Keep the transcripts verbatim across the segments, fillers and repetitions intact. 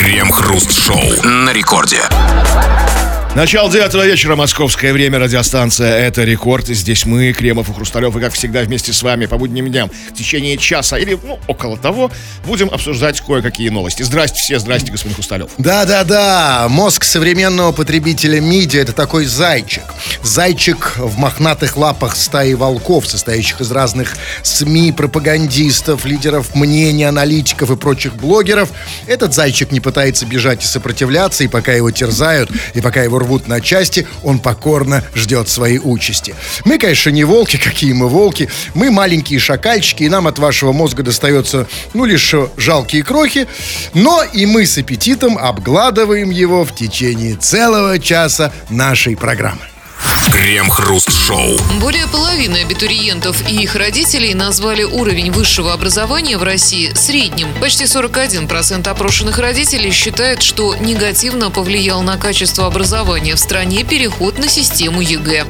Крем-хруст-шоу на рекорде. Начало девятого вечера, московское время, радиостанция «Это Рекорд». Здесь мы, Кремов и Хрусталев, и, как всегда, вместе с вами по будним дням в течение часа или, ну, около того, будем обсуждать кое-какие новости. Здрасте все, здрасте, господин Хрусталев. Да-да-да, мозг современного потребителя медиа — это такой зайчик. Зайчик в мохнатых лапах стаи волков, состоящих из разных СМИ, пропагандистов, лидеров мнений, аналитиков и прочих блогеров. Этот зайчик не пытается бежать и сопротивляться, и пока его терзают, и пока его рвут на части, он покорно ждет своей участи. Мы, конечно, не волки, какие мы волки. Мы маленькие шакальчики, и нам от вашего мозга достается, ну, лишь жалкие крохи. Но и мы с аппетитом обгладываем его в течение целого часа нашей программы. Крем-хруст-шоу. Более половины абитуриентов и их родителей назвали уровень высшего образования в России средним. Почти сорок один процент опрошенных родителей считают, что негативно повлиял на качество образования в стране переход на систему ЕГЭ.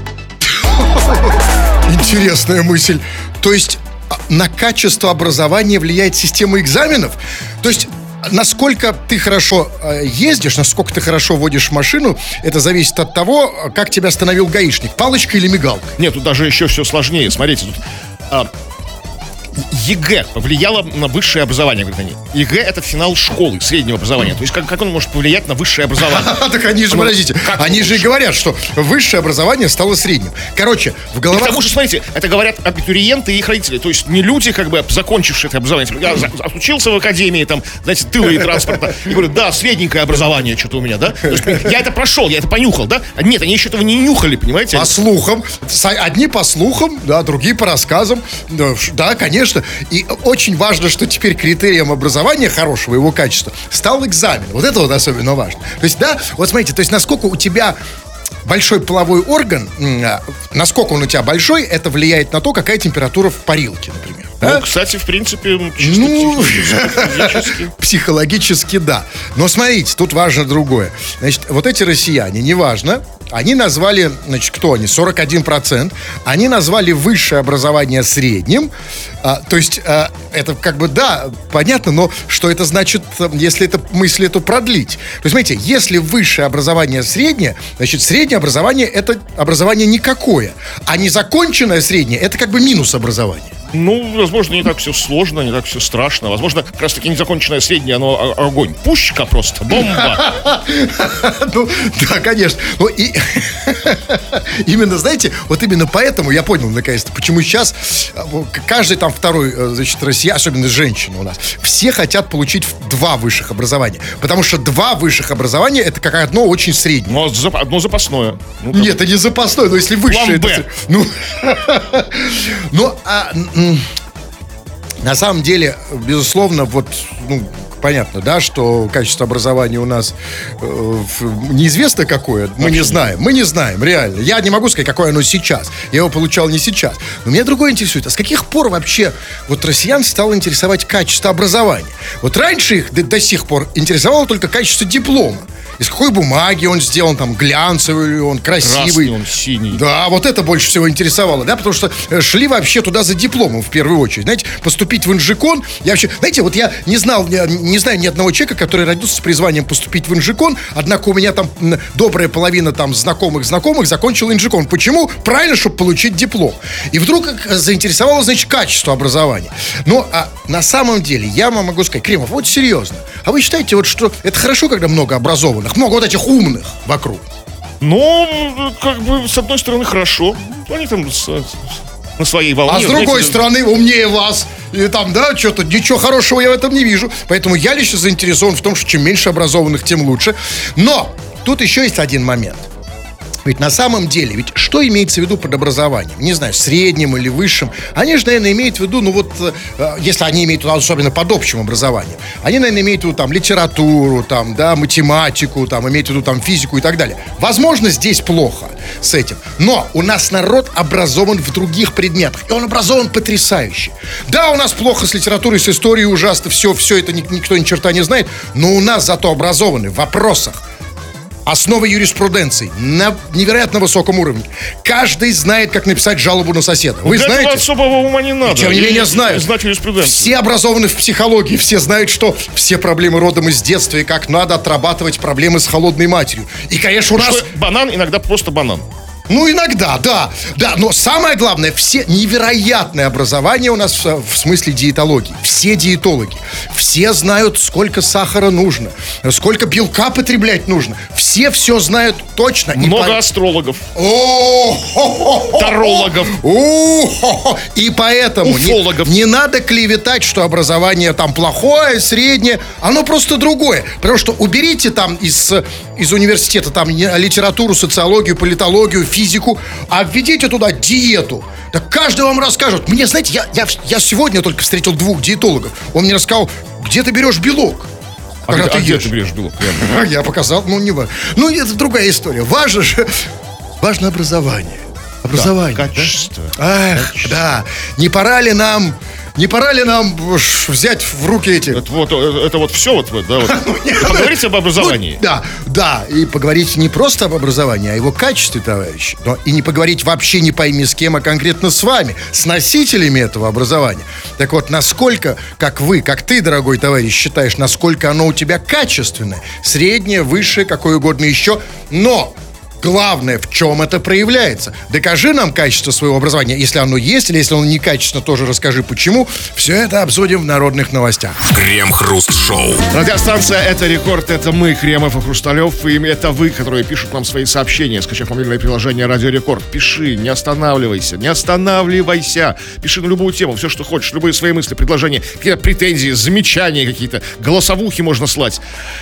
Интересная мысль. То есть на качество образования влияет система экзаменов? То есть насколько ты хорошо э, ездишь, насколько ты хорошо водишь машину, это зависит от того, как тебя остановил гаишник. Палочка или мигалка? Нет, тут даже еще все сложнее. Смотрите, тут а, ЕГЭ повлияло на высшее образование, говорят они. ЕГЭ — это финал школы, среднего образования. То есть как, как он может повлиять на высшее образование? Так они же, подождите, они же и говорят, что высшее образование стало средним. Короче, в головах... Потому что, смотрите, это говорят абитуриенты и их родители. То есть не люди, как бы, закончившие это образование. Я отучился в академии, там, знаете, тыла и транспорта. И говорю, да, средненькое образование что-то у меня, да? То есть я это прошел, я это понюхал, да? Нет, они еще этого не нюхали, понимаете? По слухам. Одни по слухам, да, другие по рассказам. Да, конечно. И очень важно, что теперь критерием образования хорошего, его качества, стал экзамен. Вот это вот особенно важно. То есть, да, вот смотрите, то есть насколько у тебя большой половой орган, насколько он у тебя большой, это влияет на то, какая температура в парилке, например. Да? Ну, кстати, в принципе, чисто ну, психологически. Психологически, да. Но смотрите, тут важно другое. Значит, вот эти россияне, неважно, они назвали, значит, кто они? сорок один процент. Они назвали высшее образование средним. А, то есть, а, это как бы, да, понятно, но что это значит, если эту мысль эту продлить? То есть, смотрите, если высшее образование среднее, значит, среднее образование — это образование никакое. А незаконченное среднее — это как бы минус образования. Ну, возможно, не так все сложно, не так все страшно. Возможно, как раз таки незаконченное среднее, оно огонь. Пушка просто, бомба. Ну, да, конечно. Ну, и именно, знаете, вот именно поэтому я понял, наконец-то, почему сейчас каждый там второй, значит, Россия, особенно женщины у нас, все хотят получить два высших образования. Потому что два высших образования — это как одно очень среднее. Ну, одно запасное. Ну, нет, это не запасное, но если высшее... Это, ну, ну, а... На самом деле, безусловно, вот, ну, понятно, да, что качество образования у нас э, неизвестно какое, мы Вообще не знаем, мы не знаем, реально. Я не могу сказать, какое оно сейчас, я его получал не сейчас. Но меня другое интересует, а с каких пор вообще вот россиян стало интересовать качество образования? Вот раньше их до, до сих пор интересовало только качество диплома. Из какой бумаги он сделан, там, глянцевый, он красивый. Красный, он синий. Да, вот это больше всего интересовало, да, потому что шли вообще туда за дипломом в первую очередь. Знаете, поступить в инжикон, я вообще, знаете, вот я не знал, не, не знаю ни одного человека, который родился с призванием поступить в инжикон, однако у меня там добрая половина там знакомых-знакомых закончила инжикон. Почему? Правильно, чтобы получить диплом. И вдруг заинтересовало, значит, качество образования. Но а на самом деле, я вам могу сказать, Кремов, вот серьезно, а вы считаете, вот что это хорошо, когда много образованных, много вот этих умных вокруг? Ну, как бы, с одной стороны, хорошо. Они там с, на своей волне. А с другой знаете, стороны, умнее вас. И там, да, что-то, ничего хорошего я в этом не вижу. Поэтому я лично заинтересован в том, что чем меньше образованных, тем лучше. Но тут еще есть один момент. Ведь на самом деле, ведь что имеется в виду под образованием? Не знаю, средним или высшим. Они же, наверное, имеют в виду, ну вот, э, если они имеют в виду, особенно под общим образованием, они, наверное, имеют в виду там литературу, там, да, математику, там, имеют в виду там физику и так далее. Возможно, здесь плохо с этим. Но у нас народ образован в других предметах. И он образован потрясающе. Да, у нас плохо с литературой, с историей ужасно. Все, все это никто ни черта не знает. Но у нас зато образованы в вопросах Основы юриспруденции на невероятно высоком уровне. Каждый знает, как написать жалобу на соседа. Вы Для знаете? этого особого ума не надо. Тем не менее, знают. Знать юриспруденцию. Все образованы в психологии, все знают, что все проблемы родом из детства и как надо отрабатывать проблемы с холодной матерью. И, конечно, у нас... Что банан иногда просто банан. Ну, иногда, да, да, но самое главное, все невероятное образование у нас в, в смысле диетологии. Все диетологи, все знают, сколько сахара нужно, сколько белка потреблять нужно. Все все знают точно. Много и по... астрологов. О-хо-хо-хо-хо. Тарологов. У-хо-хо. И поэтому Уфологов. не, не надо клеветать, что образование там плохое, среднее. Оно просто другое. Потому что уберите там из, из университета там литературу, социологию, политологию, физику, а введите туда диету. Так каждый вам расскажет. Мне, знаете, я, я, я сегодня только встретил двух диетологов. Он мне рассказал, где ты берешь белок. А, Когда где, ты а где ешь. ты берешь белок? А я показал, ну не важно. Ну это другая история. Важно же, важно образование. Образование. Да, да? качество. Ах, да. Не пора ли нам, не пора ли нам уж взять в руки эти... Это вот, это вот все вот, да, вот. Поговорите об образовании. Ну, да, да, и поговорить не просто об образовании, а о его качестве, товарищи. Но и не поговорить вообще не пойми с кем, а конкретно с вами, с носителями этого образования. Так вот, насколько, как вы, как ты, дорогой товарищ, считаешь, насколько оно у тебя качественное, среднее, высшее, какое угодно еще, но... Главное, в чем это проявляется. Докажи нам качество своего образования. Если оно есть, или если оно некачественно, тоже расскажи, почему. Все это обсудим в народных новостях. Крем-хруст-шоу. Радиостанция «Это рекорд», это мы, Кремов и Хрусталев, и это вы, которые пишут нам свои сообщения, скачав мобильное приложение «Радио Рекорд». Пиши, не останавливайся, не останавливайся. Пиши на любую тему, все, что хочешь, любые свои мысли, предложения, какие-то претензии, замечания какие-то, голосовухи можно слать.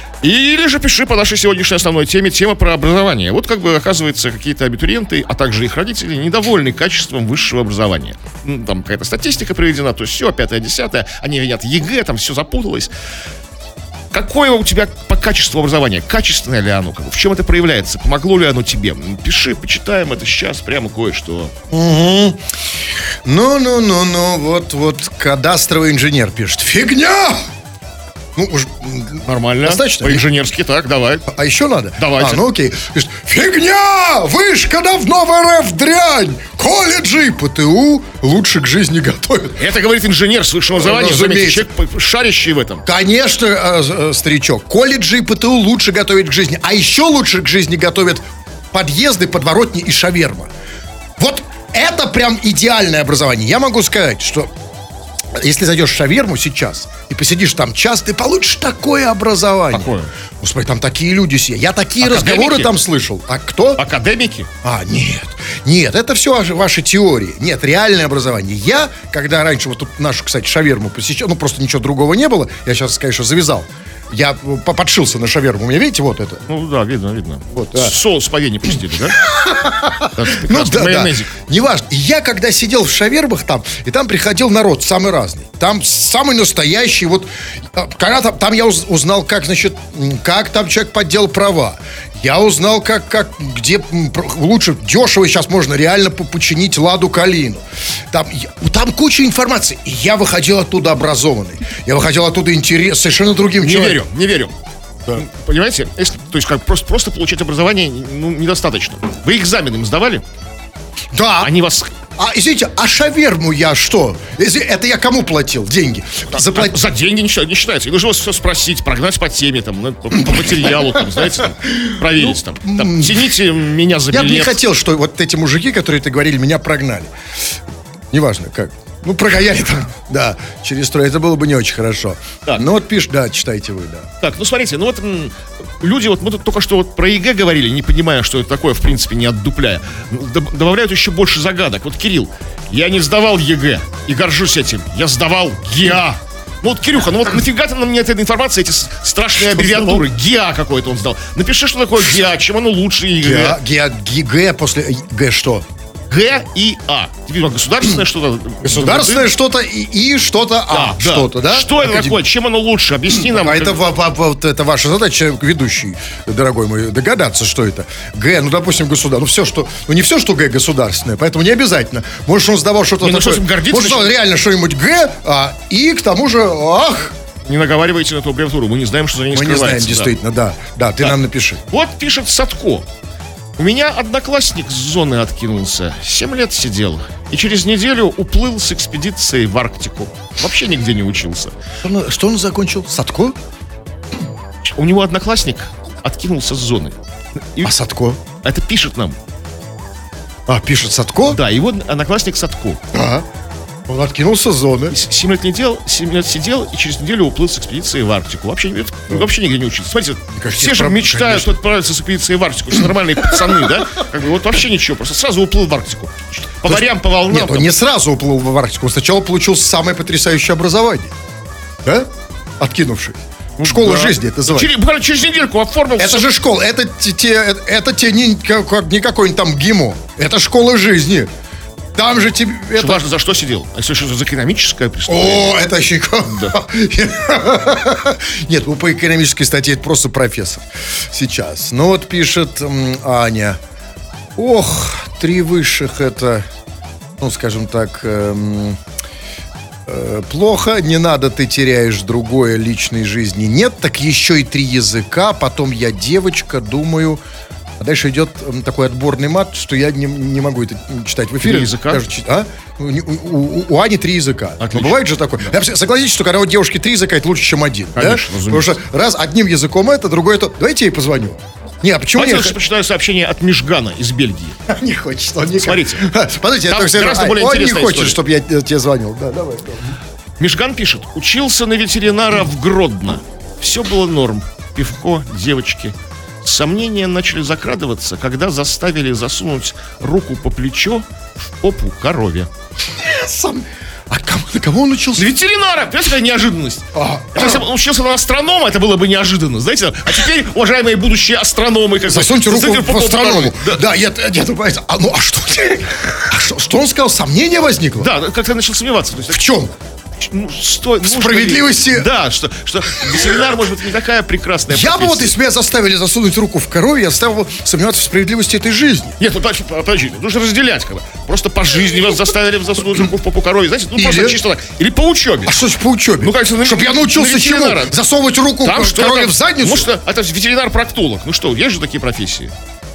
Или же пиши по нашей сегодняшней основной теме, тема про образование. Вот как бы, оказывается, какие-то абитуриенты, а также их родители недовольны качеством высшего образования. Ну, там какая-то статистика приведена, то есть все, пятое, десятое, они винят ЕГЭ, там все запуталось. Какое у тебя по качеству образования? Качественное ли оно? В чем это проявляется? Помогло ли оно тебе? Пиши, почитаем это сейчас, прямо кое-что. Угу. Ну-ну-ну-ну, вот-вот кадастровый инженер пишет. Фигня! Ну, уж Нормально. достаточно. По-инженерски, так, давай. А еще надо? Давайте. А, ну окей. Пишет, фигня! Вышка давно в РФ дрянь! Колледжи ПТУ лучше к жизни готовят. Это говорит инженер с высшим образованием, заметьте, Разумеется. человек, шарящий в этом. Конечно, э, э, старичок, колледжи и ПТУ лучше готовят к жизни. А еще лучше к жизни готовят подъезды, подворотни и шаверма. Вот это прям идеальное образование. Я могу сказать, что если зайдешь в шаверму сейчас и посидишь там час, ты получишь такое образование. Какое? Господи, там такие люди сидят. Я такие Академики? разговоры там слышал. А кто? Академики? А, нет. Нет, это все ваши, ваши теории. Нет, реальное образование. Я, когда раньше вот тут нашу, кстати, шаверму посещал, ну просто ничего другого не было, я сейчас, конечно, завязал. Я подшился на шаверму. У меня, видите, вот это. Ну да, видно, видно. Вот, да. Соус по вене пустили, да? Ну да, да. Майонезик. Неважно. И я, когда сидел в шавермах там, и там приходил народ самый разный. Там самый настоящий, вот, когда там, там я уз- узнал, как, значит, м, как там человек подделал права. Я узнал, как, как, где м, про- лучше, дешево сейчас можно реально по- починить Ладу Калину. Там, я- там куча информации. И я выходил оттуда образованный. Я выходил оттуда интерес, совершенно другим Не человеком. верю, не верю. Понимаете, если, то есть как просто, просто получить образование, ну, недостаточно. Вы экзамены им сдавали? Да. Они вас... А, извините, а шаверму я что? Если- Это я кому платил? Деньги? Заплатил. А за деньги не, считается- не считается. И нужно вас все спросить, прогнать по теме, там, ну, по, по материалу, там, знаете, там, проверить, там, там, тяните меня за Я бы билет. не хотел, что вот эти мужики, которые ты говорили, меня прогнали. Неважно, как. Ну, прогоняли там, да, через строй. Это было бы не очень хорошо. Так. Ну, вот пишет, да, читайте вы, да. Так, ну смотрите, ну вот м, люди, вот мы тут только что вот про ЕГЭ говорили, не понимая, что это такое, в принципе, не отдупляя. Доб- Добавляют еще больше загадок. Вот, Кирилл, я не сдавал ЕГЭ и горжусь этим. Я сдавал ГИА. Ну вот, Кирюха, ну вот нафига ты нам мне эта информация, эти с- страшные аббревиатуры? ГИА какой-то он сдал. Напиши, что такое ГИА, чем оно лучше ЕГЭ. Г, Г, Г после Г что? Г и А. Видимо, государственное что-то. Государственное что-то и, и что-то А. Да, да. Что-то, да? Что это Академ- такое? Чем оно лучше? Объясни нам. А это, как- ва- ва- вот это ваша задача, ведущий, дорогой мой, догадаться, что это. Г, ну, допустим, государство. Ну, все, что... Ну, не все, что Г государственное, поэтому не обязательно. Может, он сдавал что-то Не, ну, такое... что, гордиться Может, сдавал начнет? реально что-нибудь Г, а, и к тому же, ах... Не наговаривайте на эту аббревиатуру, мы не знаем, что за ней Мы не скрывается. знаем, действительно, да. Да, ты Да. нам напиши. Вот пишет Садко. У меня одноклассник с зоны откинулся. Семь лет сидел. И через неделю уплыл с экспедицией в Арктику. Вообще нигде не учился. Что он, что он закончил? Садко? У него одноклассник откинулся с зоны. И А Садко? это пишет нам. А, пишет Садко? Да, его одноклассник Садко. Да. Он откинулся с зоны. Семь лет, не дел, семь лет сидел и через неделю уплыл с экспедицией в Арктику. Вообще, это, вообще нигде не учился. Смотрите, Конечно, все же прав- мечтают конечно. отправиться с экспедицией в Арктику. Все нормальные пацаны, да? Как бы вот вообще ничего, просто сразу уплыл в Арктику. По морям, по волнам. Нет, он там. не сразу уплыл в Арктику. Он сначала получил самое потрясающее образование. Да? Откинувшись. Школа Да. жизни это называется. Через, буквально через недельку оформился. Это же школа, это те, те- это те не, как, как- не какой-нибудь там ГИМО. Это школа жизни. Там же тебе... Что Это... важно, за что сидел? А если что за экономическое преступление? О, это еще... Нет, ну по экономической статье это просто профессор. Сейчас. Ну вот пишет м, Аня. Ох, три высших это, ну скажем так, эм, э, плохо. Не надо, ты теряешь другое, личной жизни нет. Так еще и три языка. Потом я девочка, думаю... А дальше идет м, такой отборный мат, что я не, не могу это читать в эфире. Три языка? Даже чит- а? У, у- у- у Ани три языка. Отлично. Но бывает же такое. Я вообще согласитесь, что когда у девушки три языка, это лучше, чем один. да? Конечно, Потому разумеется. что раз одним языком это, другой это... Давайте я ей позвоню. Не, а почему Давайте я я... сейчас почитаю сообщение от Мишгана из Бельгии. Не хочет, он никак... Смотрите. Подождите, я Там только себе- гораздо Ай, более он не интересная хочет, история. чтобы я э, тебе звонил. Да, давай. Мишган пишет. Учился на ветеринара в Гродно. Все было норм. Пивко, девочки. Сомнения начали закрадываться, когда заставили засунуть руку по плечо в попу корове. Сам... А кому, на кого он учился? На ветеринара! Понимаете, какая неожиданность? А. Если бы он учился на астронома, это было бы неожиданно, знаете? А теперь, уважаемые будущие астрономы... Как бы, Засуньте руку засуньте в попу астроному. корове. Да. Да, я, я, я, а, ну, а что? А что, что он сказал? Сомнение возникло? Да, как-то начал сомневаться. То есть, В чем? ну, что, в справедливости? Да, что, что ветеринар, может быть, не такая прекрасная Я бы вот, профессия. если меня заставили засунуть руку в корове, я стал бы сомневаться в справедливости этой жизни. Нет, ну подожди, подожди, нужно разделять, как бы. Просто по жизни вас заставили засунуть руку в попу корове, знаете, ну Или? просто чисто так. Или по учебе. А что ж по учебе? Ну, кажется, на- Чтобы я на научился чему? ветеринара. Засовывать руку Там в что корове там? в задницу? Может, это же ветеринар-проктолог. Ну что, есть же такие профессии?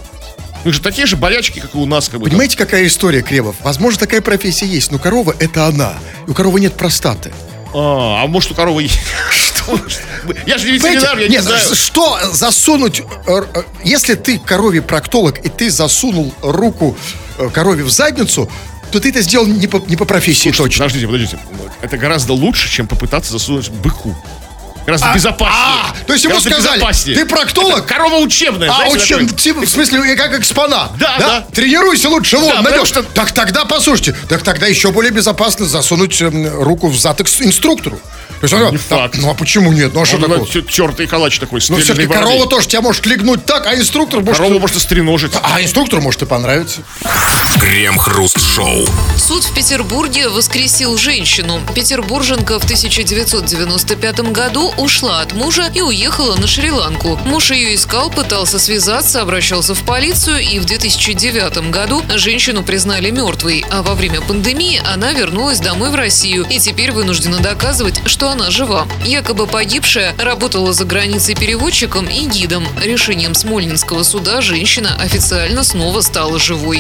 У них же такие же болячки, как и у нас, как бы. Понимаете, какая история, Кремов? Возможно, такая профессия есть, но корова — это она. И у коровы нет простаты. А, а может, у коровы есть? Что? Я же не ветеринар, я не Нет, знаю. что засунуть... э, э, Если ты корове проктолог, и ты засунул руку э, корове в задницу, то ты это сделал не по, не по профессии Слушайте, точно. Подождите, подождите. Это гораздо лучше, чем попытаться засунуть быку. Гораздо безопаснее. а, то есть ему Гораздо сказали, безопаснее. ты проктолог? Это корова учебная. А, знаете, учеб, такой. типа, в смысле, как экспонат. Да, да. Тренируйся лучше, вон, Да, найдешь. потому что- Так тогда, послушайте, так тогда еще более безопасно засунуть эм, руку в зад экс- инструктору. То есть, он, Не так, факт. ну а почему нет? Ну а что Он, такое? ну, тертый калач такой, Ну, стрельный все-таки воробей. корова тоже тебя может легнуть так, а инструктор может... Корову можно стреножить. А инструктору может и понравится. Крем-хруст-шоу. Суд в Петербурге воскресил женщину. Петербурженка в тысяча девятьсот девяносто пятом году ушла от мужа и уехала на Шри-Ланку. Муж ее искал, пытался связаться, обращался в полицию, и в две тысячи девятом году женщину признали мертвой. А во время пандемии она вернулась домой в Россию и теперь вынуждена доказывать, что она жива. Якобы погибшая работала за границей переводчиком и гидом. Решением Смольнинского суда женщина официально снова стала живой.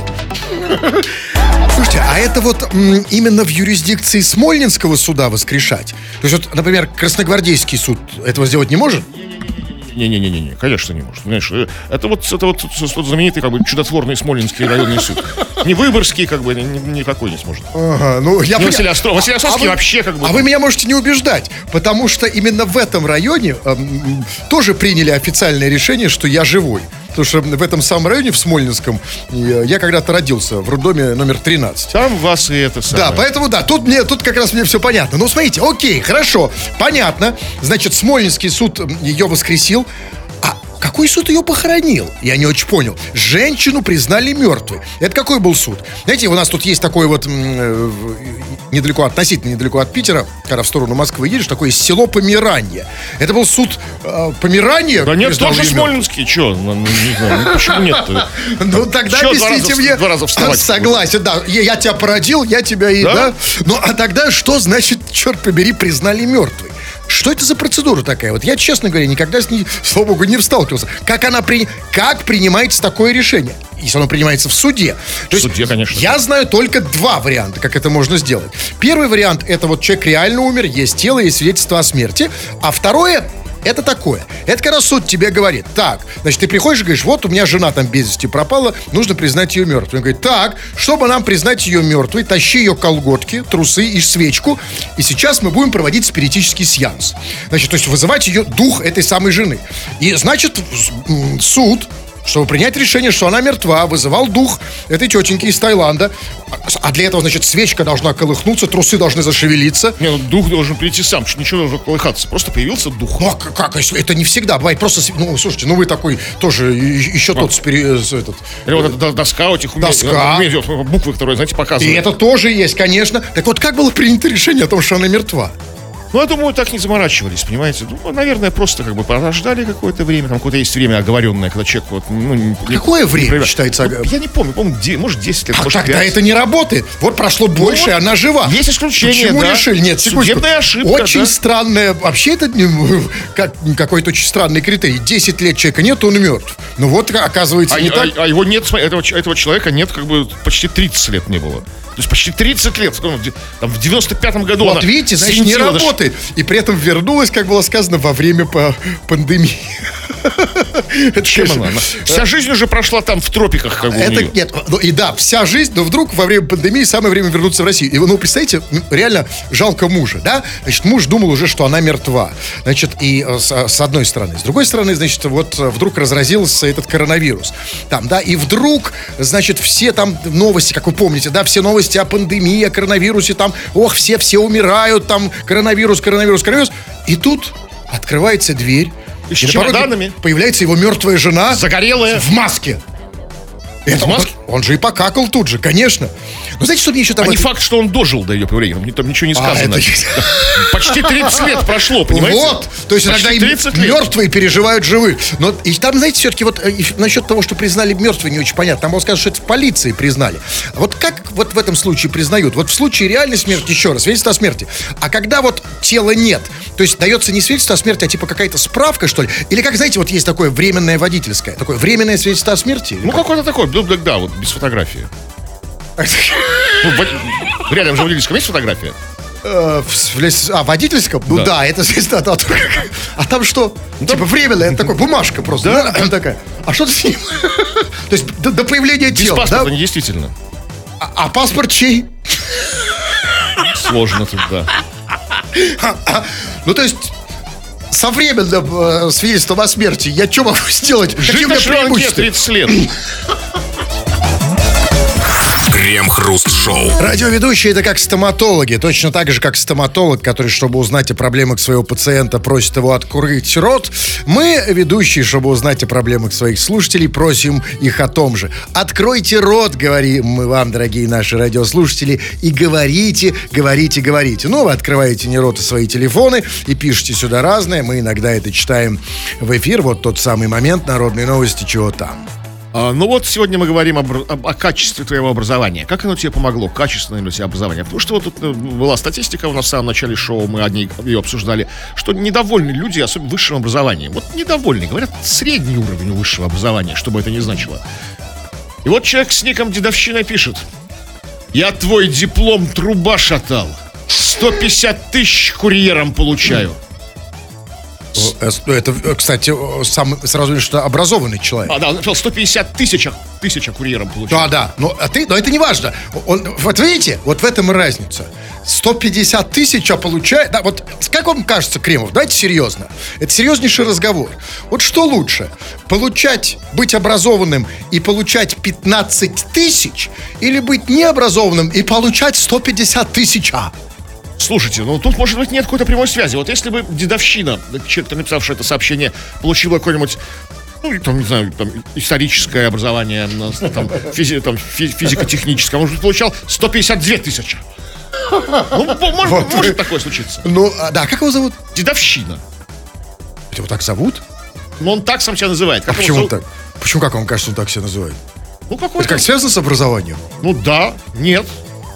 Слушайте, а это вот м, именно в юрисдикции Смольнинского суда воскрешать? То есть, вот, например, Красногвардейский суд этого сделать не может? Не-не-не-не, конечно, не может. Знаешь, э, это вот, это вот тот знаменитый, как бы, чудотворный Смолинский районный суд. Не Выборгский, как бы, ни- никакой не сможет. Ага, ну я Не поня- Василий Остров- Василий Острowский вы- вообще как бы- А вы меня можете не убеждать, потому что именно в этом районе эм, тоже приняли официальное решение, что я живой. Потому что в этом самом районе, в Смольнинском, э, я когда-то родился в роддоме номер тринадцать. Там вас и это самое. Да, поэтому да, тут мне, тут как раз мне все понятно. Ну, смотрите, окей, хорошо, понятно. Значит, Смольнинский суд м, ее воскресил. А какой суд ее похоронил? Я не очень понял. Женщину признали мертвой. Это какой был суд? Знаете, у нас тут есть такой вот м, э, недалеко, относительно недалеко от Питера, когда в сторону Москвы едешь, такое село Померанье. Это был суд э, Померанье. Да нет, признал тоже ее мертвой. Смольнинский, что? Ну, не знаю, ну, почему нет-то? Ну, тогда Чё два объясните раза в- мне. два раза вставать? Согласен, да. Я, я тебя породил, я тебя и, Да? да? Ну, а тогда что значит, черт побери, признали мертвой? Что это за процедура такая? Вот я, честно говоря, никогда с ней, слава богу, не сталкивался. Как она при... как принимается такое решение? Если оно принимается в суде. То В суде, есть, конечно. Я знаю только два варианта, как это можно сделать. Первый вариант — это вот человек реально умер, есть тело, есть свидетельство о смерти. А второе — это такое. Это когда суд тебе говорит: так, значит, ты приходишь и говоришь: вот у меня жена там без вести пропала, нужно признать ее мертвой. Он говорит: так, чтобы нам признать ее мертвой, тащи ее колготки, трусы и свечку, и сейчас мы будем проводить спиритический сеанс. Значит, то есть вызывать ее дух этой самой жены. И, значит, м, суд, чтобы принять решение, что она мертва, вызывал дух этой тетеньки из Таиланда. А для этого, значит, свечка должна колыхнуться, трусы должны зашевелиться. Не, ну дух должен прийти сам, что ничего не должно колыхаться. Просто появился дух. Ну, а как, как? Если это не всегда бывает. Просто, с- ну, слушайте, ну вы такой тоже и- еще тот спири- с- этот. Или вот эта доска у этих Доска. умеет, буквы, которые, знаете, И показывают. это тоже есть, конечно. Так вот, как было принято решение о том, что она мертва? Ну, я думаю, так не заморачивались, понимаете? Ну, наверное, просто как бы подождали какое-то время. Там какое-то есть время оговоренное, когда человек вот... Ну, не- Какое не время проявляет. считается Ну, ог- я не помню, помню, де- может, десять лет, А может, тогда пять. это не работает. Вот прошло больше, вот и она жива. есть исключение, Почему да. решили? Нет, секундочку. Судебная ошибка, Очень да. странная. Вообще это не- как, какой-то очень странный критерий. десять лет человека нет, он мертв. Ну вот, оказывается, А, не а- так. а его нет, смотри, этого, ч- этого человека нет как бы почти тридцать лет не было. То есть почти тридцать лет. В де- там, в девяносто пятом году Вот она видите, значит, не свинтила, да ш- работает. И при этом вернулась, как было сказано, во время по- пандемии. Это, Чем конечно, она? Она- Вся жизнь уже прошла там в тропиках, как бы у Это нее. нет, ну и да, вся жизнь, но вдруг во время пандемии самое время вернуться в Россию. И ну, представляете, м, реально жалко мужа, да? Значит, муж думал уже, что она мертва. Значит, и э, с, с одной стороны. С другой стороны, значит, вот э, вдруг разразился этот коронавирус. Там, да, и вдруг, значит, все там новости, как вы помните, да, все новости о пандемии, о коронавирусе, там, ох, все, все умирают, там, коронавирус, коронавирус, коронавирус. И тут открывается дверь. И с и на пороге чемоданами. появляется его мертвая жена. Загорелая. В маске. Это В маске? Он, он же и покакал тут же, конечно. Ну, знаете, что мне еще там... А не это- факт, что он дожил до ее появления. Там, там ничего не А, сказано. это- Почти тридцать лет прошло, понимаете? Вот, то есть Почти иногда и тридцать лет. мертвые переживают живых. Но и там, знаете, все-таки вот э, и насчет того, что признали мертвые, не очень понятно. Там было сказано, что это в полиции признали. Вот как вот в этом случае признают? Вот в случае реальной смерти, еще раз, свидетельство о смерти. А когда вот тела нет, то есть дается не свидетельство о смерти, а типа какая-то справка, что ли? Или как, знаете, вот есть такое временное водительское, такое временное свидетельство о смерти? Или Ну, как? какой-то такой, да, да, да, вот без фотографии. Ну, в, в реальном же водительском есть фотография? Э, в- в лес- А, водительском? Ну Да. да, это свидетельство. А, то- а там что? Типа временная, это такой бумажка просто. Да. Да, такая. А что ты с ним? То есть до, до появления Без тела, паспорта, да? не действительно. А, а паспорт чей? Сложно тут, да. Ну, то есть со временным э, свидетельством о смерти я что могу сделать? Какие Жить у на меня Шри-Ланке преимущества? тридцать лет. Крем-хруст-шоу. Радиоведущие — это как стоматологи. Точно так же, как стоматолог, который, чтобы узнать о проблемах своего пациента, просит его открыть рот. Мы, ведущие, чтобы узнать о проблемах своих слушателей, просим их о том же. Откройте рот, говорим мы вам, дорогие наши радиослушатели, и говорите, говорите, говорите. Ну, вы открываете не рот, а свои телефоны и пишите сюда разное. Мы иногда это читаем в эфир. Вот тот самый момент, народные новости, чего там. А, ну вот сегодня мы говорим об, об- о качестве твоего образования. Как оно тебе помогло? Качественное ли у тебя образование? Потому что вот тут э, была статистика у нас в самом начале шоу, мы одни ее обсуждали, что недовольны люди, особенно высшим образованием. Вот недовольны, говорят, средний уровень высшего образования, что бы это ни значило. И вот человек с ником Дедовщина пишет: я твой диплом труба шатал, сто пятьдесят тысяч курьером получаю. Э, Это, э, кстати, э, сам, сразу видно, что образованный человек. А, да, он написал сто пятьдесят тысяч, тысяча курьером получаю. Да, да, но, а ты, но это не важно. Он, вот видите, вот в этом и разница. сто пятьдесят тысяч, а получает... Да, вот как вам кажется, Кремов, давайте серьезно. Это серьезнейший разговор. Вот что лучше? Получать, быть образованным и получать пятнадцать тысяч, или быть необразованным и получать сто пятьдесят тысяч? А? Слушайте, ну тут, может быть, нет какой-то прямой связи. Вот если бы Дедовщина, человек, написавший это сообщение, получила какое-нибудь, ну, там, не знаю, там, историческое образование, ну, там, физи- там, фи- физико-техническое, может быть, получал сто пятьдесят две тысячи. Ну, по- может, Вот. может такое случиться. Ну, а, да, как его зовут? Дедовщина. Его так зовут? Но он так сам себя называет. А Как его почему он зовут? так? Почему, как вам кажется, он так себя называет? Ну, Это какой-то... как связано с образованием? Ну, да, нет.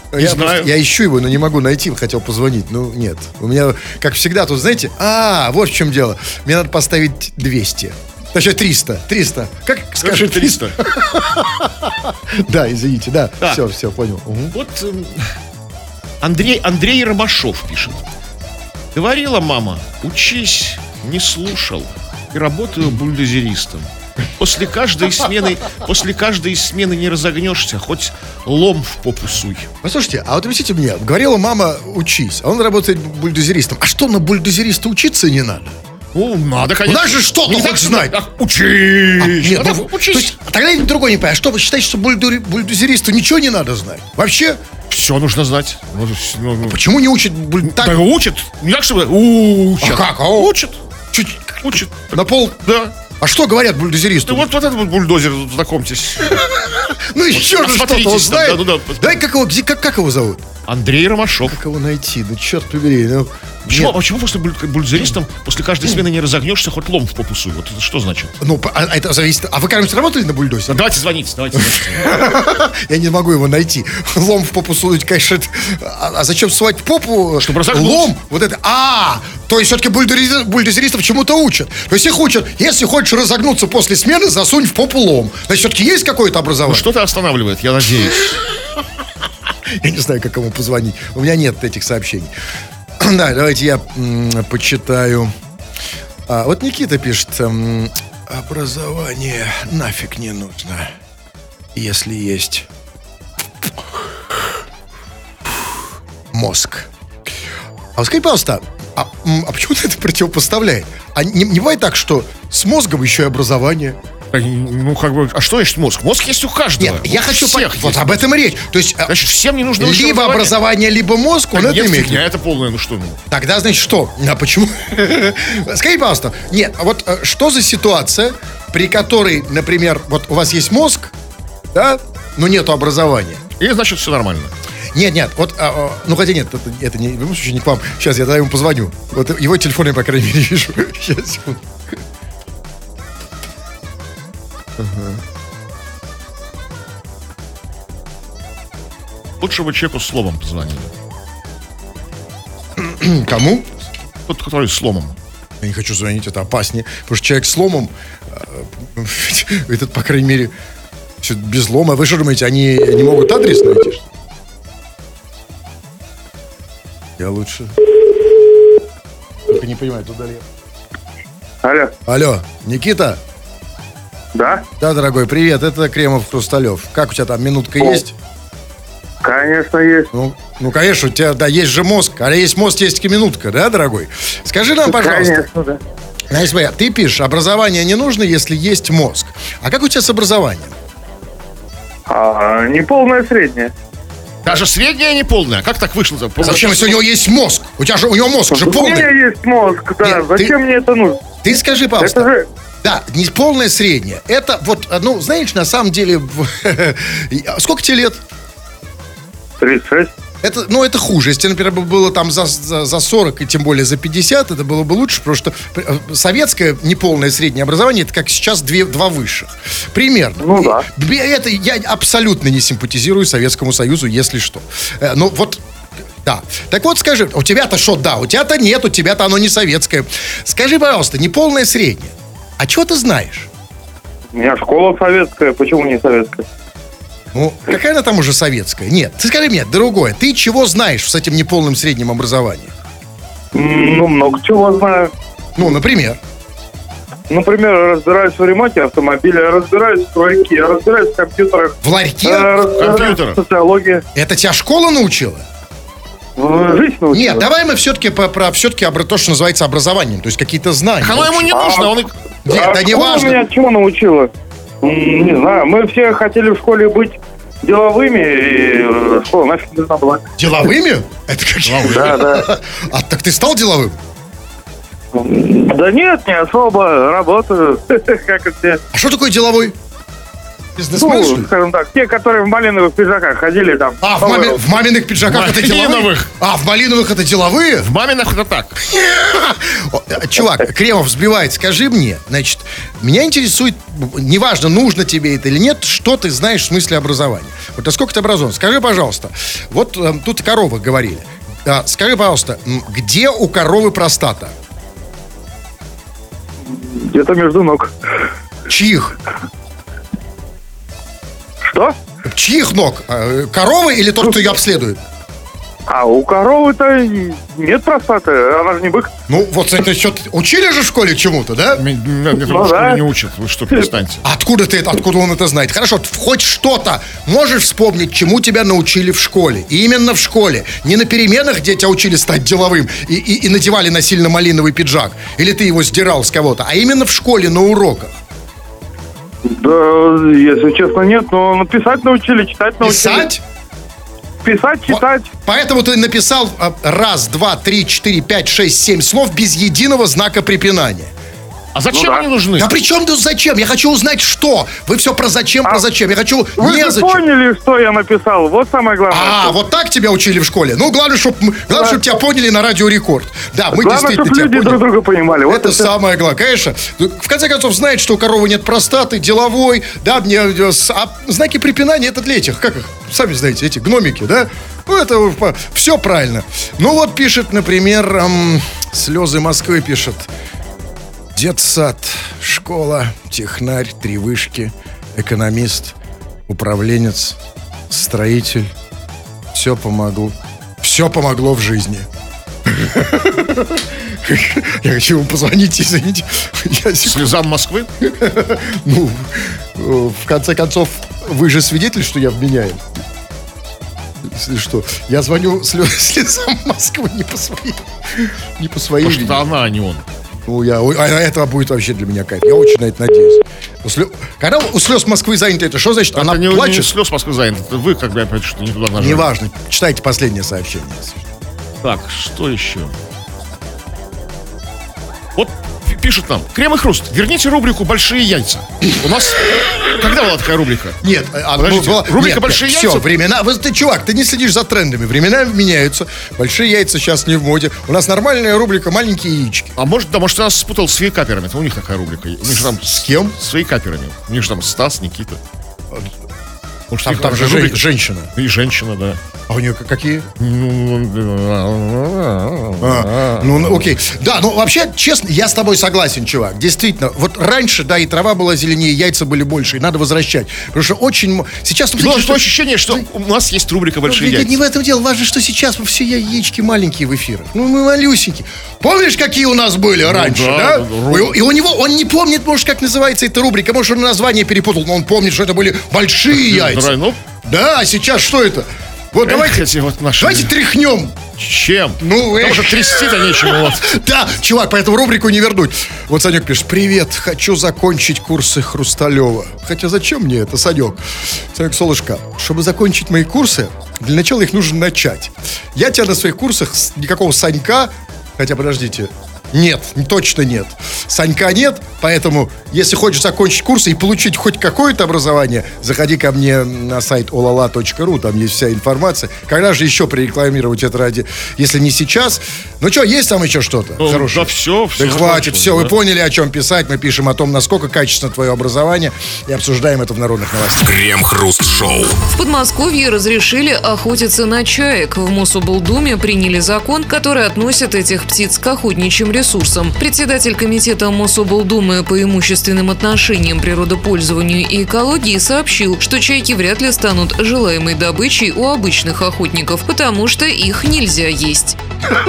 Не я, знаю. просто- я ищу его, но не могу найти, хотел позвонить. Ну, нет. У меня, как всегда, тут, знаете, а, вот в чем дело. Мне надо поставить двести. Точнее, триста. триста. Как Скажи скажи триста. Да, извините, да. Так. Все, все, понял. Мгм. Вот эм, Андрей, Андрей Ромашов пишет. Говорила мама, учись, не слушал. И работаю бульдозеристом. После каждой смены, после каждой смены не разогнешься, хоть лом в попу суй. Послушайте, а вот объясните мне, говорила мама, учись, а он работает бульдозеристом. А что, на бульдозериста учиться не надо? Ну, надо, конечно. У нас же что-то Не хоть так, что знать. так, учись. Нет, Надо ну, учись. то есть, тогда я другой не понимаю. Что вы считаете, что бульдури- бульдозеристу ничего не надо знать? Вообще? Все нужно знать. Ну, ну, ну, Почему не учат буль... так? да учат. Не так, чтобы учат. А как? А Учат. Чуть Учат. на пол... Да. А что говорят бульдозеристу? Ну, вот, вот этот вот бульдозер, знакомьтесь. Ну еще же что-то он осмотритесь там, знает. да, ну да. Дай, как его, где- как, как его зовут? Андрей Ромашов. Как его найти? Ну, черт побери. Ну, Почему, нет. а почему после буль- бульдозеристом после каждой смены не разогнешься, хоть лом в попу суй? Вот это что значит? Ну, а, а это зависит... А вы, кажется, работали на бульдозе? Давайте звоните, давайте звоните. Я не могу его найти. Лом в попу сунуть, конечно. это- А, а зачем сувать в попу? Чтобы разогнуть. Лом? Вот это. А, то есть все-таки бульдозери- бульдозеристов чему-то учат. То есть их учат, если хочешь разогнуться после смены, засунь в попу лом. Значит, все-таки есть какое-то Ну, образование? что-то останавливает, я надеюсь. Я не знаю, как кому позвонить. У меня нет этих сообщений. Да, давайте я м, почитаю. А, вот Никита пишет. м, Образование нафиг не нужно, если есть мозг. А вот скажи, пожалуйста, а, м, а почему ты это противопоставляешь? А не, не бывает так, что с мозгом еще и образование? А, Ну, как бы, а что значит мозг? Мозг есть у каждого. Нет, я У хочу всех понять. Вот есть. об этом и речь. То есть, а, Значит, всем не нужно высшее либо образование, либо мозг, он Да это нет, имеет в виду. фигня, это полное, ну что, ну. Тогда, значит, что? А почему? Скажи, пожалуйста. Нет, а вот э, что за ситуация, при которой, например, вот у вас есть мозг, да, но нету образования? И значит, все нормально. Нет, нет, вот, а, а, ну хотя нет, это, это не, в любом случае не к вам. Сейчас я тогда ему позвоню. Вот его телефон я, по крайней мере, вижу. Сейчас, секунду. Лучше бы человеку с ломом позвонили. Кому? Тот, который с ломом. Я не хочу звонить, это опаснее. Потому что человек с ломом, э, этот, по крайней мере, всё без лома. Вы что думаете, они не могут адрес найти? что ли? Я лучше. Только не понимаю, туда ли я. Алло, Алло, Никита? да? Да, дорогой, привет, это Кремов Хрусталев. Как у тебя там, минутка есть? Конечно, есть. Ну, ну, конечно, у тебя, да, есть же мозг. А есть мозг, есть и минутка, да, дорогой? Скажи нам, пожалуйста. Конечно, да. Значит, смотри, ты пишешь, образование не нужно, если есть мозг. А как у тебя с образованием? А, не полное среднее. Даже средняя не полная. Как так вышло? А зачем, если у него есть мозг? У тебя же, у него мозг же У меня полный. есть мозг, да. Нет, ты- Зачем мне это нужно? Ты скажи, Это пожалуйста. же... Да, не полное среднее. Это вот, ну, знаешь, на самом деле... Сколько тебе лет? тридцать шесть. Это, ну, это хуже. Если, например, бы было там за, за, за сорок и тем более за пятьдесят, это было бы лучше, потому что э, советское неполное среднее образование, это как сейчас две, два высших. Примерно. Ну да. И это я абсолютно не симпатизирую Советскому Союзу, если что. Э, Ну, вот... Да. Так вот, скажи, у тебя-то что, да, у тебя-то нет, у тебя-то оно не советское. Скажи, пожалуйста, неполное среднее. А чего ты знаешь? У меня школа советская. Почему не советская? Ну, какая она там уже советская? Нет, ты скажи мне, другое. Ты чего знаешь с этим неполным средним образованием? М, Ну, много чего знаю. Ну, например. Например, я разбираюсь в ремонте автомобиля, я разбираюсь в ларьке, я разбираюсь в компьютерах, В ларьке? я разбираюсь компьютерах. в социологии. Это тебя школа научила? В Жизнь научила. Нет, давай мы все-таки про, про все-таки обра- то, что называется образованием, то есть какие-то знания. Оно ему не нужно, он и... Нет, А да не школа важно. меня чему научила? М, Не знаю. Мы все хотели в школе быть деловыми, и э, школа нафиг не нужна была. Деловыми? Это как? Да, да. А так ты стал деловым? Да нет, не особо. Работаю, как и все. А что такое деловой? Бизнесмены? Ну, скажем так, те, которые в малиновых пиджаках ходили там. А, в, мами- в маминых пиджаках это деловые? Малиновых. А, в малиновых это деловые? В маминах это так. О, э, Чувак, Кремов сбивает, скажи мне, значит, меня интересует, неважно, нужно тебе это или нет, что ты знаешь в смысле образования. Вот насколько ты образован? Скажи, пожалуйста, вот э, тут о коровах говорили. А, скажи, пожалуйста, м, где у коровы простата? Где-то между ног. Чьих? Что? Чьих ног? А, Коровы или тот, кто ее обследует? А у коровы-то нет простаты, она же не бык. Ну, вот это что учили же в школе чему-то, да? Меня меня в Ну, школе да. не учат. Вы что, перестаньте. Откуда ты это, откуда он это знает? Хорошо, ты хоть что-то можешь вспомнить, чему тебя научили в школе? И именно в школе. Не на переменах, где тебя учили стать деловым и, и, и надевали насильно малиновый пиджак. Или ты его сдирал с кого-то. А именно в школе, на уроках. Да, если честно, нет, но писать научили, читать научили. Писать? Писать, читать. Поэтому ты написал а, раз, два, три, четыре, пять, шесть, семь слов без единого знака препинания. А зачем Ну да. они нужны? Да при чем тут зачем? Я хочу узнать, что. Вы все про зачем, про А зачем. Я хочу Вы не же зачем. поняли, что я написал? Вот самое главное. А, вот так тебя учили в школе? Ну, главное, чтобы главное, Да. чтоб тебя поняли на Радио Рекорд. Да, мы Главное, действительно чтобы тебя люди поняли. друг друга понимали. Вот Это и всё. самое главное, конечно. Ну, в конце концов, знает, что у коровы нет простаты, деловой, да, мне, э, с- а знаки препинания это для этих, как их, сами знаете, эти гномики, да? Ну, это все правильно. Ну, вот пишет, например, эм, «Слезы Москвы» пишет. Детсад, школа, технарь, три вышки, экономист, управленец, строитель. Все помогло. Все помогло в жизни. Я хочу ему позвонить, извините. Я сек- Слезам Москвы? Ну, э, в конце концов, вы же свидетель, что я вменяем. Если что, я звоню слез- слезам Москвы не по своей, не по своей Потому что вине. это она, а не он. Ну, я, ой, а этого будет вообще для меня кайф. Я очень на это надеюсь. У слё- Когда у слез Москвы занято, это что значит? Она Это не, не плачет? слез Москвы занят. Это вы, как бы, опять, что не туда нажали. Неважно. Читайте последнее сообщение. Так, что еще? Вот пи- пишут нам. Крем и хруст. Верните рубрику «Большие яйца». У нас... Когда была такая рубрика? Нет, а, Подождите, была- рубрика нет, «Большие нет, яйца»? Все, времена... Вот ты, чувак, ты не следишь за трендами. Времена меняются. Большие яйца сейчас не в моде. У нас нормальная рубрика «Маленькие яички». А может, да, может, я нас спутал с вейкаперами. Это у них такая рубрика. У них же там С кем? с вейкаперами. У них же там Стас, Никита. Может, Там, их там же рубрика- жен- женщина. И женщина, да. А у нее к- какие? Ну, А, ну, ну, окей. Да, ну вообще, честно, я с тобой согласен, чувак. Действительно, вот раньше, да, и трава была зеленее, яйца были больше, и надо возвращать. Потому что очень... м- Сейчас... ну, Было кстати, что ощущение, что у нас есть рубрика «Большие Ведь яйца». не в этом дело. Важно, что сейчас мы все яички маленькие в эфирах. Ну, мы малюсенькие. Помнишь, какие у нас были раньше, да, да? да, да. И, и у него, он не помнит, может, как называется эта рубрика. Может, он название перепутал, но он помнит, что это были большие яйца. Ну, Да, а сейчас что это? Вот давайте, эти вот наши... давайте тряхнем. Чем? Ну, Потому эх. что трясти-то нечего. Вот. Да, чувак, поэтому рубрику не вернуть. Вот Санек пишет: привет, хочу закончить курсы Хрусталева. Хотя зачем мне это, Санек? Санек, солнышко, чтобы закончить мои курсы, для начала их нужно начать. Я тебя на своих курсах с- никакого Санька, хотя подождите, нет, точно нет. Санька нет, поэтому, если хочешь закончить курсы и получить хоть какое-то образование, заходи ко мне на сайт олала точка ру, там есть вся информация. Когда же еще прорекламировать это ради, если не сейчас? Ну что, есть там еще что-то Ну, хорошее? да всё, всё Да хватит, закончилось, все, вы да. поняли, о чем писать. Мы пишем о том, насколько качественно твое образование, и обсуждаем это в народных новостях. Крем-хруст-шоу. В Подмосковье разрешили охотиться на чаек. В Мособлдуме приняли закон, который относит этих птиц к охотничьим ресурсам. Председатель комитета Мособлдумы по имущественным отношениям, природопользованию и экологии сообщил, что чайки вряд ли станут желаемой добычей у обычных охотников, потому что их нельзя есть.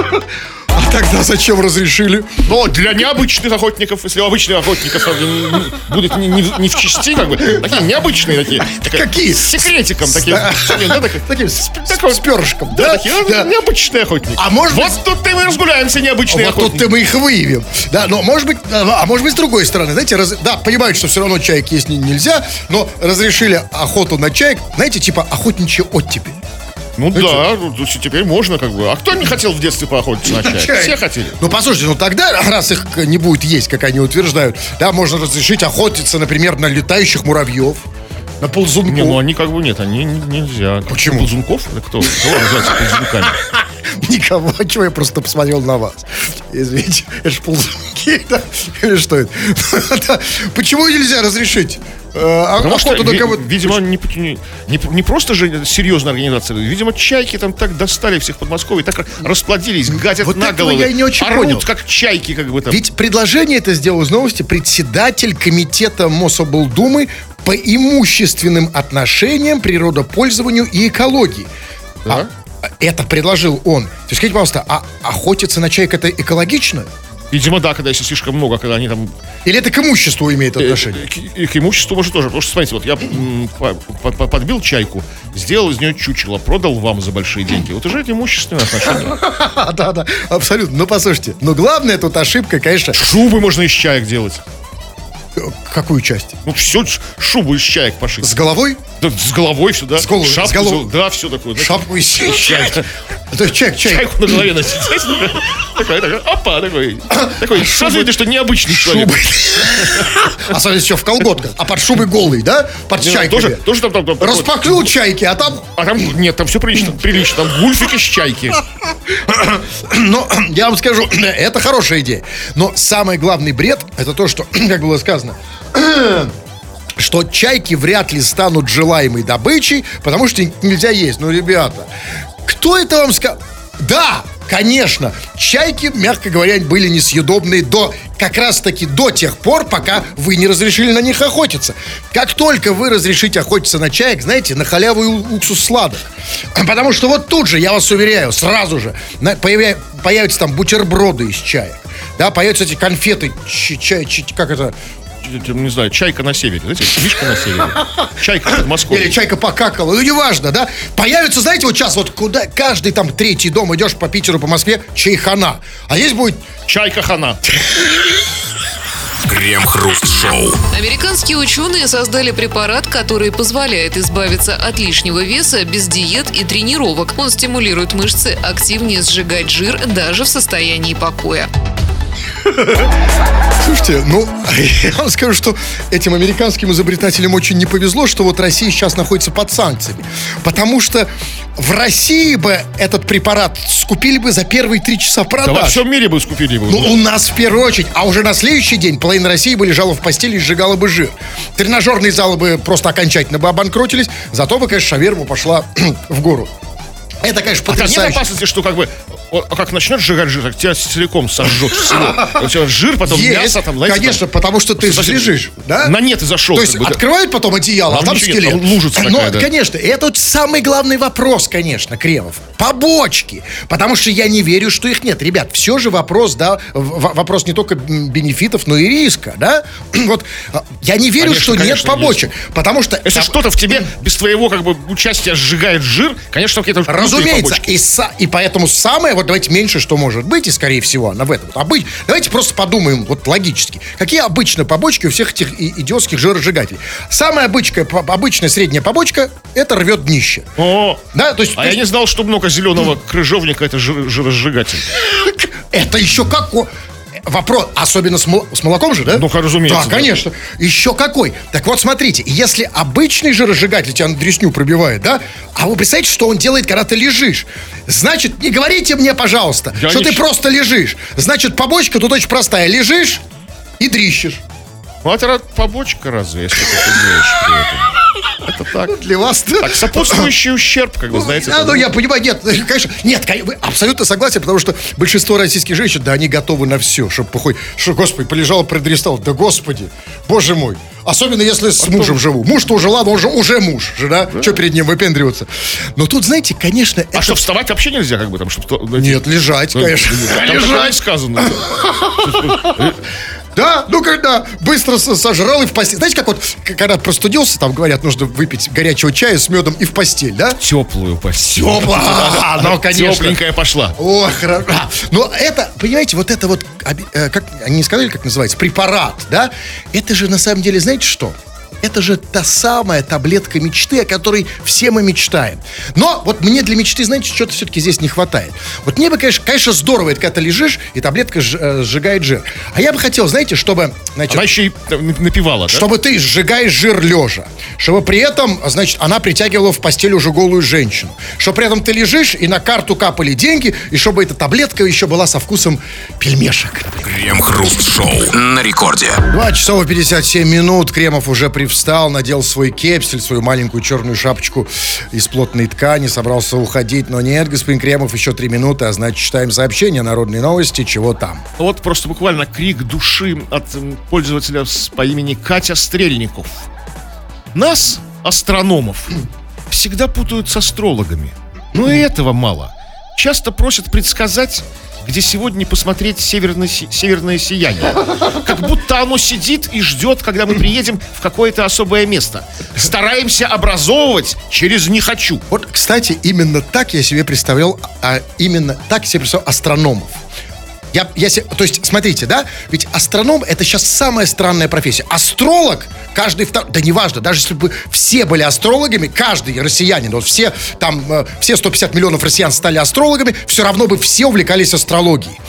А тогда зачем разрешили? Но для необычных охотников, если у обычных охотников э, будет не, не- не в части, как бы, такие необычные такие. такая- Какие? С секретиком такие. Да. Да, такие. Таким с, Такой- с перышком, Да, да? такие, ну, Да. необычные охотники. А может вот быть- тут-то мы разгуляемся, необычные Вот охотники. тут-то мы их выявим. Да, но может быть, а может быть с другой стороны, знаете, раз- да, понимают, что все равно чаек есть не- нельзя, но разрешили охоту на чаек, знаете, типа охотничья оттепель. Ну да, ну, то есть теперь можно как бы. А кто не хотел в детстве поохотиться на чай? Чаек. Все хотели. Ну, послушайте, ну тогда, раз их не будет есть, как они утверждают, да, можно разрешить охотиться, например, на летающих муравьев. на ползунков. Не, ну они как бы нет, они н- нельзя. Почему? Ползунков? Это кто? Кого называется ползунками? Никого, чего я просто посмотрел на вас. Извините, это же ползунки, да? Или что это? Да. Почему нельзя разрешить э, Потому что, охоту на ви- кого-то? видимо, не, не, не, не просто же серьезная организация. Видимо, чайки там так достали всех Подмосковья, так расплодились, гадят Вот на этого головы. я и не очень орут, понял. как чайки, как бы там. Ведь предложение это сделал из новости председатель комитета Мособлдумы по имущественным отношениям, природопользованию и экологии. Да? А, это предложил он. То есть, скажите, пожалуйста, а охотиться на чаек это экологично? Видимо, да, когда если слишком много, когда они там... Или это к имуществу имеет отношение? Э, К, и к имуществу может тоже. Потому что, смотрите, вот я м, по- по- по- подбил чайку, сделал из нее чучело, продал вам за большие деньги. Вот уже это имущественные отношения. Да, да, абсолютно. Ну, послушайте, но главная тут ошибка, конечно... Шубы можно из чаек делать. Какую часть? Ну, все, шубу из чаек пошить. С головой? Да, с головой все, да. С головой, Шапку, с головой. за- да, все такое. знаете, Шапку из чайка. То есть чайк, чайк. Чайку на голове носить. Знаете, такой, такой, опа, такой. Такой, сразу видно, что необычный человек. Шубы. Особенно еще в колготках. А под шубой голый, да? Под Не, чайками. Тоже, тоже там, там, там такой- Распахнул чайки, а там... А там, нет, там все прилично, прилично. Там гульфики с чайки. Но я вам скажу, это хорошая идея. Но самый главный бред, это то, что, как было сказано, что чайки вряд ли станут желаемой добычей, потому что нельзя есть. Ну, ребята, кто это вам сказал? Да, конечно, чайки, мягко говоря, были несъедобные до, как раз-таки до тех пор, пока вы не разрешили на них охотиться. Как только вы разрешите охотиться на чаек, знаете, на халяву и у- уксус сладок. Потому что вот тут же, я вас уверяю, сразу же на- появя- появятся там бутерброды из чаек. Да, появятся эти конфеты, ч- чай, ч- как это... Не знаю, чайка на севере. Знаете, мишка на севере. Чайка под Москвой. Или чайка покакала, ну неважно, да? Появится, знаете, вот сейчас вот куда каждый там третий дом идешь по Питеру, по Москве, чайхана. А есть будет Чайка хана. Крем-хруст-шоу. Американские ученые создали препарат, который позволяет избавиться от лишнего веса без диет и тренировок. Он стимулирует мышцы активнее сжигать жир даже в состоянии покоя. Слушайте, ну, я вам скажу, что этим американским изобретателям очень не повезло, что вот Россия сейчас находится под санкциями. Потому что в России бы этот препарат скупили бы за первые три часа Да продаж. во всем мире бы скупили бы. Ну, у нас в первую очередь. А уже на следующий день половина России бы лежала в постели и сжигала бы жир. Тренажерные залы бы просто окончательно бы обанкротились. Зато бы, конечно, шаверма пошла в гору. Это, конечно, А там нет потрясающе. опасности, что как бы, о, как начнешь сжигать жир, так тебя целиком сожжет всего. У тебя жир, потом Есть, мясо, там, знаете, конечно, там- потому что ты Слушайте, лежишь, да? На нет и зашел. То есть как бы, да. открывают потом одеяло, Там а там ничего нет, скелет. там лужица Но, такая, да. конечно, это вот самый главный вопрос, конечно, Кремов. Побочки. Потому что я не верю, что их нет. Ребят, все же вопрос, да, в- вопрос не только м, бенефитов, но и риска, да? Вот а, я не верю, Конечно, что нет конечно, побочек. Потому что... Если там- что-то в тебе без твоего как бы участия сжигает жир, конечно, какие-то крутые Разумеется, побочки. и, са- и поэтому самое, вот давайте меньше, что может быть, и скорее всего, она в этом. Вот, обы- давайте просто подумаем вот логически. Какие обычно побочки у всех этих и- идиотских жиросжигателей? Самая обычная, по- обычная средняя побочка – это рвет днище. О, Да, то есть, а то я есть не знал, что много зеленого крыжовника это жир- жиросжигатель. это еще какой... Вопрос, особенно с, мол- с молоком же, да? Ну, разумеется, Да, да. конечно. Еще какой. Так вот, смотрите, если обычный жиросжигатель тебя на дресню пробивает, да? А вы представляете, что он делает, когда ты лежишь? Значит, не говорите мне, пожалуйста, Я что ты ничего- просто лежишь. Значит, побочка тут очень простая. Лежишь и дрищешь. Ну, это ра- побочка разве, если ты это делаешь при этом? Это так. Для вас, да? Так, сопутствующий ущерб, как бы, знаете. А, там, ну, я понимаю, нет, конечно, нет, кон- вы абсолютно согласен, потому что большинство российских женщин, да, они готовы на все, чтобы похуй, что, господи, полежала, продрестала, да, господи, боже мой, особенно если с мужем живу, муж-то уже, ладно, он же уже муж же, да, что перед ним выпендриваться, но тут, знаете, конечно, А это... что, вставать вообще нельзя, как бы, там, чтобы... Нет, лежать, конечно, Там такое не лежать, сказано. да, ну, когда быстро с- сожрал и в постель, знаете, как вот, к- когда простудился, там, говорят, нужно выпить горячего чая с медом и в постель, да? Теплую постель. Опа, а, ну, конечно. Тепленькая пошла. О, хорошо. Но это, понимаете, вот это вот, оби- э, как они не сказали, как называется, препарат, да? Это же на самом деле, знаете что? это же та самая таблетка мечты, о которой все мы мечтаем. Но вот мне для мечты, знаете, что-то все-таки здесь не хватает. Вот мне бы, конечно, конечно здорово, это когда ты лежишь, и таблетка ж, э, сжигает жир. А я бы хотел, знаете, чтобы... Значит, Она еще и напевала, да? чтобы ты сжигаешь жир лежа. Чтобы при этом, значит, она притягивала в постель уже голую женщину. Чтобы при этом ты лежишь, и на карту капали деньги, и чтобы эта таблетка еще была со вкусом пельмешек. Крем-хруст-шоу на рекорде. два часа пятьдесят семь минут. Кремов уже привстал, надел свой кепсель, свою маленькую черную шапочку из плотной ткани, собрался уходить. Но нет, господин Кремов, еще три минуты, а значит, читаем сообщение, народные новости, чего там. Вот просто буквально крик души от пользователя по имени Катя Стрельников. Нас, астрономов, всегда путают с астрологами. Но и этого мало. Часто просят предсказать, где сегодня посмотреть северное, северное сияние. Как будто оно сидит и ждет, когда мы приедем в какое-то особое место. Стараемся образовывать через «не хочу». Вот, кстати, именно так я себе представлял, а именно так я себе представлял астрономов. Я, я себе, то есть, смотрите, да, ведь астроном — это сейчас самая странная профессия. Астролог, каждый второй, да неважно, даже если бы все были астрологами, каждый россиянин, вот все там, э, все сто пятьдесят миллионов россиян стали астрологами, все равно бы все увлекались астрологией.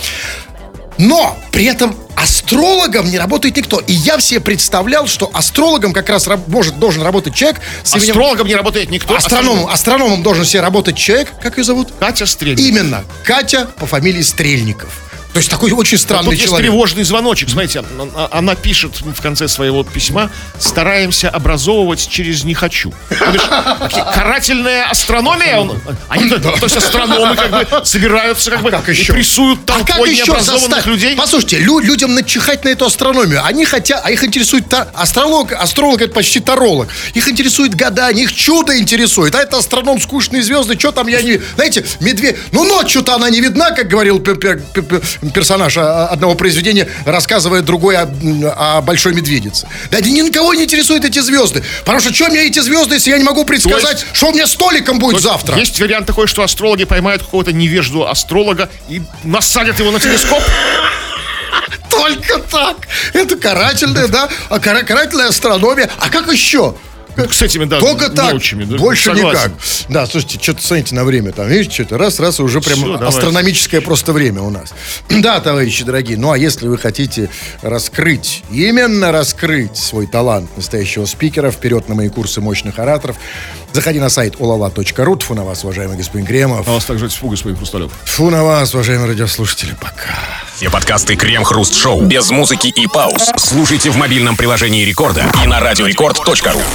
Но при этом астрологом не работает никто. И я себе представлял, что астрологом как раз раб- может, должен работать человек с именем... Астрологом не работает никто. Астрономом, астрономом должен себе работать человек, как ее зовут? Катя Стрельников. Именно, Катя по фамилии Стрельников. То есть такой очень странный Тут человек. есть тревожный звоночек. Смотрите, она, она пишет в конце своего письма: стараемся образовывать через «не хочу». То бишь, карательная астрономия. Он, они, то, то есть астрономы как бы собираются как бы как и еще? прессуют А как толпой еще необразованных заставить? людей. Послушайте, лю- людям начихать на эту астрономию. Они хотят, а их интересует та- астролог, астролог — это почти таролог. Их интересует гадание, их чудо интересует. А это астроном, скучные звезды, что там я не... Знаете, медведь... Ну, ночью-то она не видна, как говорил пер- пер- пер- персонаж одного произведения, рассказывая другой о, о большой медведице. Да ни никого не интересуют эти звезды. Потому что что мне эти звезды, если я не могу предсказать, есть, что у меня столиком будет завтра? Есть вариант такой, что астрологи поймают какого-то невежду астролога и насадят его на телескоп. Только так. Это карательная, да? А кара- карательная астрономия. А как еще? Ну, с этими, да, Только так, неучами, да, больше согласен. никак. Да, слушайте, что-то смотрите на время там, видите, что-то раз, раз, и уже прям Всё, давайте. астрономическое просто время у нас. Да, товарищи дорогие, ну а если вы хотите раскрыть, именно раскрыть свой талант настоящего спикера, вперед на мои курсы мощных ораторов, заходи на сайт олала точка ру. Тьфу на вас, уважаемый господин Кремов. А вас также тьфу, господин Хрусталев. Тьфу на вас, уважаемые радиослушатели, пока. Все подкасты Крем-хруст-шоу без музыки и пауз слушайте в мобильном приложении Рекорда и на радиорекорд точка ру.